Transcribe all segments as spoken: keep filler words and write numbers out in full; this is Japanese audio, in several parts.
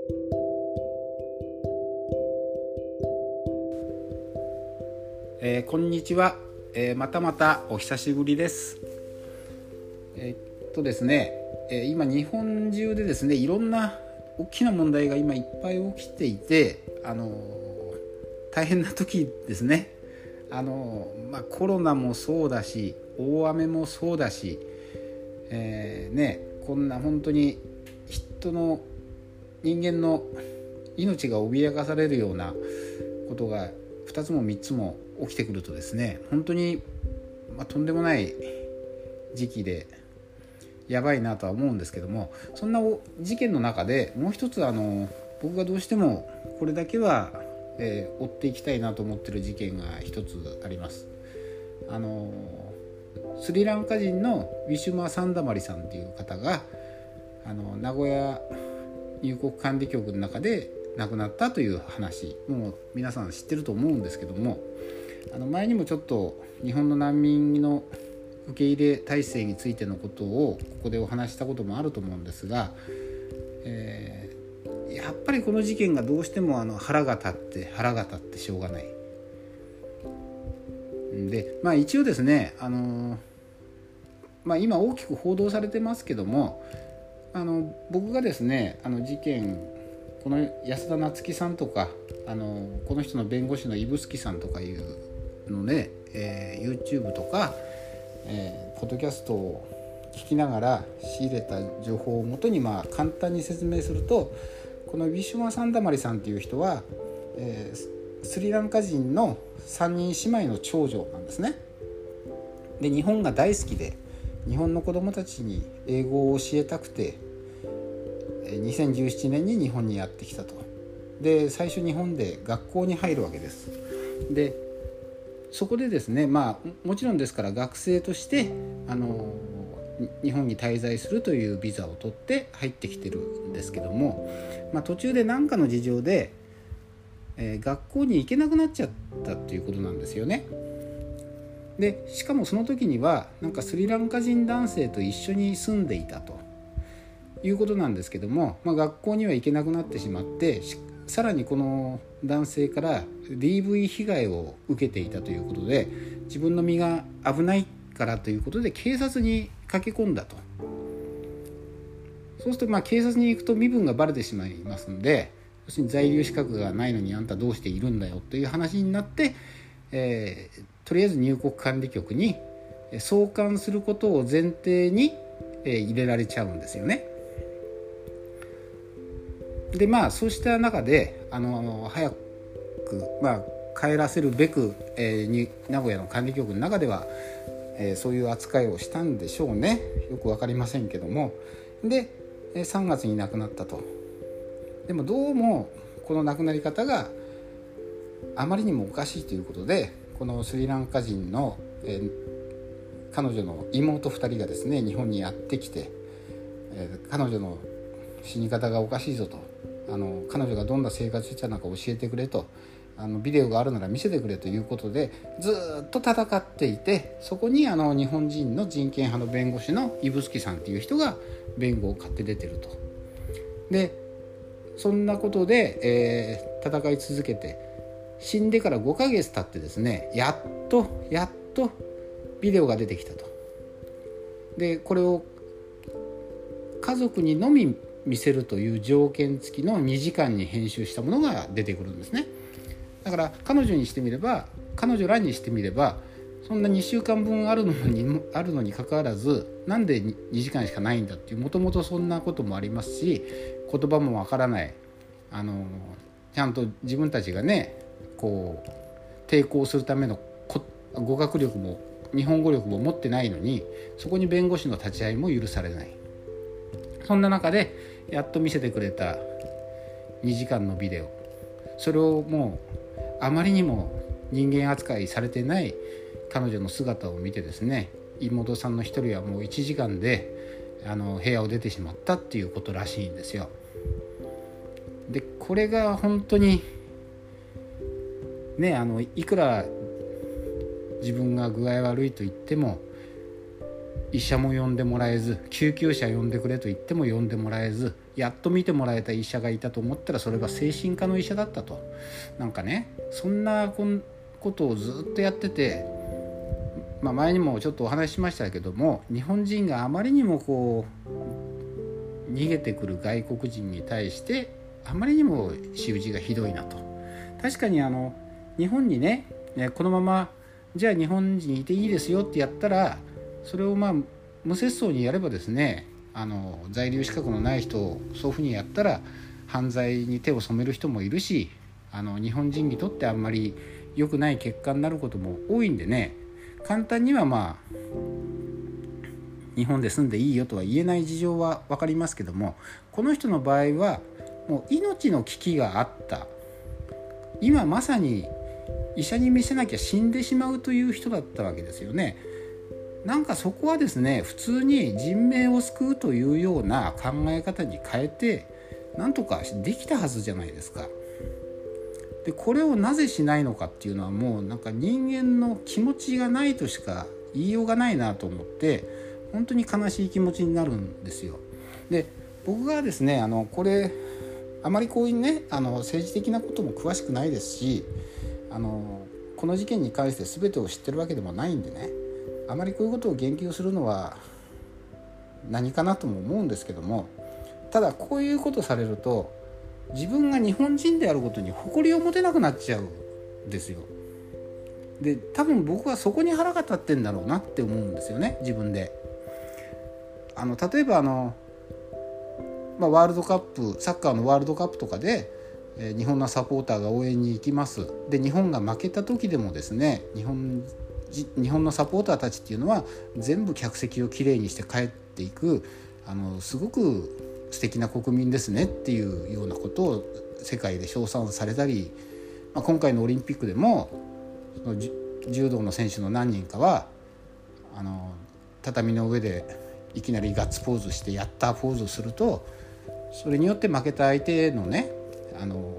えー、こんにちは、えー、またまたお久しぶりです。えー、っとですね、えー、今日本中でですねいろんな大きな問題が今いっぱい起きていて、あのー、大変な時ですね。あのーまあ、コロナもそうだし大雨もそうだし、えーね、こんな本当に人の人間の命が脅かされるようなことがふたつもみっつも起きてくるとですね、本当に、まあ、とんでもない時期でやばいなとは思うんですけども、そんな事件の中でもう一つあの僕がどうしてもこれだけは、えー、追っていきたいなと思っている事件が一つあります。あのスリランカ人のウィシュマ・サンダマリさんという方があの名古屋入国管理局の中で亡くなったという話、もう皆さん知ってると思うんですけども、あの前にもちょっと日本の難民の受け入れ体制についてのことをここでお話したこともあると思うんですが、えー、やっぱりこの事件がどうしてもあの腹が立って腹が立ってしょうがないで、まあ、一応ですね、あの、まあ、今大きく報道されてますけども、あの僕がですねあの事件この安田夏樹さんとかあのこの人の弁護士の指宿さんとかいうので、えー、YouTube とか、えー、ポッドキャストを聞きながら仕入れた情報をもとに、まあ、簡単に説明すると、このウィシュマ・サンダマリさんという人は、えー、スリランカ人のさんにん姉妹の長女なんですね。で日本が大好きで日本の子どもたちに英語を教えたくてにせんじゅうななねんに日本にやってきたと。で最初日本で学校に入るわけです。でそこでですね、まあもちろんですから学生としてあの日本に滞在するというビザを取って入ってきてるんですけども、まあ、途中で何かの事情で、えー、学校に行けなくなっちゃったということなんですよね。でしかもその時にはなんかスリランカ人男性と一緒に住んでいたということなんですけども、まあ、学校には行けなくなってしまって、さらにこの男性から ディーブイ 被害を受けていたということで、自分の身が危ないからということで警察に駆け込んだと。そうするとまあ警察に行くと身分がバレてしまいますので、要するに在留資格がないのにあんたどうしているんだよという話になって、えー、とりあえず入国管理局に送還することを前提に入れられちゃうんですよね。でまあそうした中であの早く、まあ、帰らせるべく、えー、に名古屋の管理局の中では、えー、そういう扱いをしたんでしょうね。よく分かりませんけども、でさんがつに亡くなったと。でもどうもこの亡くなり方があまりにもおかしいということで、このスリランカ人の、えー、彼女の妹ふたりがですね日本にやってきて、えー、彼女の死に方がおかしいぞと、あの彼女がどんな生活してたのか教えてくれと、あのビデオがあるなら見せてくれということでずっと戦っていて、そこにあの日本人の人権派の弁護士の指宿さんという人が弁護を買って出てると。でそんなことで、えー、戦い続けて死んでからごかげつ経ってですね、やっとやっとビデオが出てきたと。でこれを家族にのみ見せるという条件付きのにじかんに編集したものが出てくるんですね。だから彼女にしてみれば彼女らにしてみればそんなにしゅうかんぶんあるのにあるのにかかわらず、なんでにじかんしかないんだっていう、もともとそんなこともありますし、言葉もわからない、あのちゃんと自分たちがねこう抵抗するための語学力も日本語力も持ってないのに、そこに弁護士の立ち会いも許されない。そんな中でやっと見せてくれたにじかんのビデオ、それをもうあまりにも人間扱いされてない彼女の姿を見てですね、妹さんの一人はもういちじかんであの部屋を出てしまったっていうことらしいんですよ。でこれが本当にね、あのいくら自分が具合悪いと言っても医者も呼んでもらえず、救急車呼んでくれと言っても呼んでもらえず、 やっと見てもらえた医者がいたと思ったらそれが精神科の医者だったと。なんかねそんなことをずっとやってて、まあ、前にもちょっとお話ししましたけども、日本人があまりにもこう逃げてくる外国人に対してあまりにも仕打ちがひどいなと。確かにあの日本にねこのままじゃあ日本人いていいですよってやったら、それをまあ無節操にやればですね、あの在留資格のない人をそういうふうにやったら犯罪に手を染める人もいるし、あの日本人にとってあんまり良くない結果になることも多いんでね、簡単にはまあ日本で住んでいいよとは言えない事情は分かりますけども、この人の場合はもう命の危機があった、今まさに医者に見せなきゃ死んでしまうという人だったわけですよね。なんかそこはですね、普通に人命を救うというような考え方に変えてなんとかできたはずじゃないですか。でこれをなぜしないのかっていうのは、もうなんか人間の気持ちがないとしか言いようがないなと思って、本当に悲しい気持ちになるんですよ。で僕がですね、あのこれあまりこういうねあの政治的なことも詳しくないですし、あのこの事件に関して全てを知ってるわけでもないんでね、あまりこういうことを言及するのは何かなとも思うんですけども、ただこういうことされると自分が日本人であることに誇りを持てなくなっちゃうんですよ。で多分僕はそこに腹が立ってんだろうなって思うんですよね、自分で。あの例えばあの、まあ、ワールドカップサッカーのワールドカップとかで、えー、日本のサポーターが応援に行きます。で日本が負けた時でもですね、日本日本のサポーターたちっていうのは全部客席をきれいにして帰っていく、あのすごく素敵な国民ですねっていうようなことを世界で称賛されたり、まあ、今回のオリンピックでもその柔道の選手の何人かはあの畳の上でいきなりガッツポーズしてやったポーズをすると、それによって負けた相手のねあの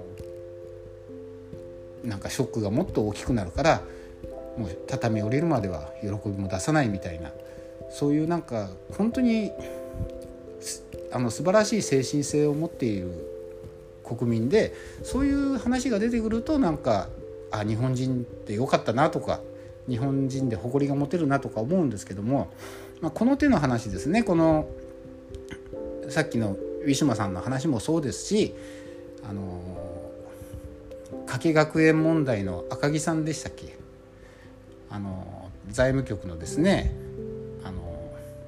なんかショックがもっと大きくなるから、もう畳降りるまでは喜びも出さないみたいな、そういうなんか本当にあの素晴らしい精神性を持っている国民で、そういう話が出てくるとなんかあ日本人ってよかったなとか、日本人で誇りが持てるなとか思うんですけども、まあ、この手の話ですね、このさっきのウィシュマさんの話もそうですし、あの加計学園問題の赤木さんでしたっけ、あの財務局のですね、あの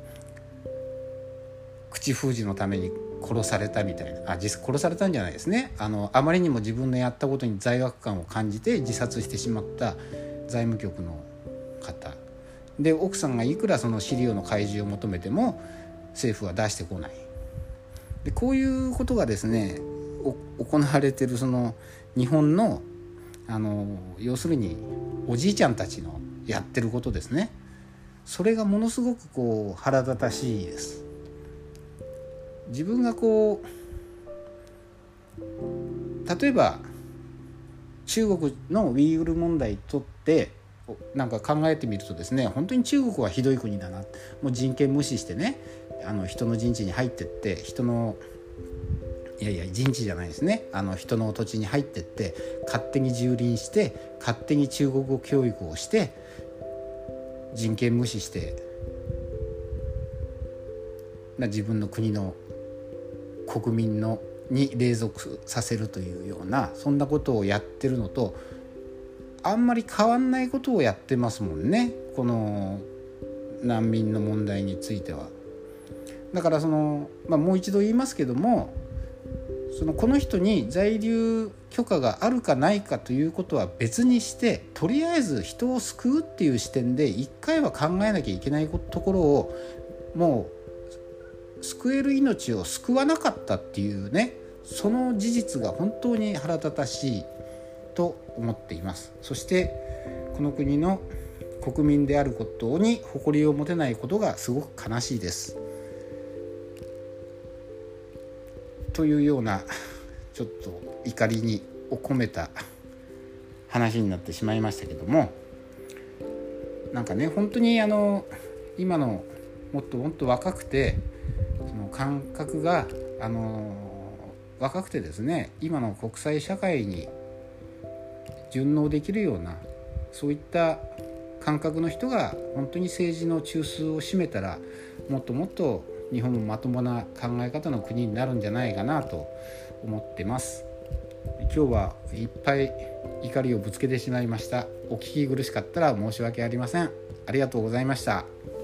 口封じのために殺されたみたいな、あ実殺されたんじゃないですね、あのあまりにも自分のやったことに罪悪感を感じて自殺してしまった財務局の方で、奥さんがいくらその資料の開示を求めても政府は出してこない。でこういうことがですね行われているその日本の、あの要するにおじいちゃんたちのやってることですね、それがものすごくこう腹立たしいです。自分がこう例えば中国のウイグル問題にとってなんか考えてみるとですね、本当に中国はひどい国だな、もう人権無視してね、あの人の陣地に入ってって人のいやいや陣地じゃないですね、あの人の土地に入ってって勝手に蹂躙して勝手に中国語教育をして人権無視してな自分の国の国民のに隷属させるというような、そんなことをやってるのとあんまり変わんないことをやってますもんね、この難民の問題については。だからその、まあ、もう一度言いますけども、そのこの人に在留許可があるかないかということは別にして、とりあえず人を救うっていう視点で一回は考えなきゃいけないところを、もう救える命を救わなかったっていうね、その事実が本当に腹立たしいと思っています。そしてこの国の国民であることに誇りを持てないことがすごく悲しいです。というようなちょっと怒りに込めた話になってしまいましたけども、なんかね本当にあの今のもっともっと若くてその感覚があの若くてですね、今の国際社会に順応できるようなそういった感覚の人が本当に政治の中枢を占めたら、もっともっと日本もまともな考え方の国になるんじゃないかなと思ってます。今日はいっぱい怒りをぶつけてしまいました。お聞き苦しかったら申し訳ありません。ありがとうございました。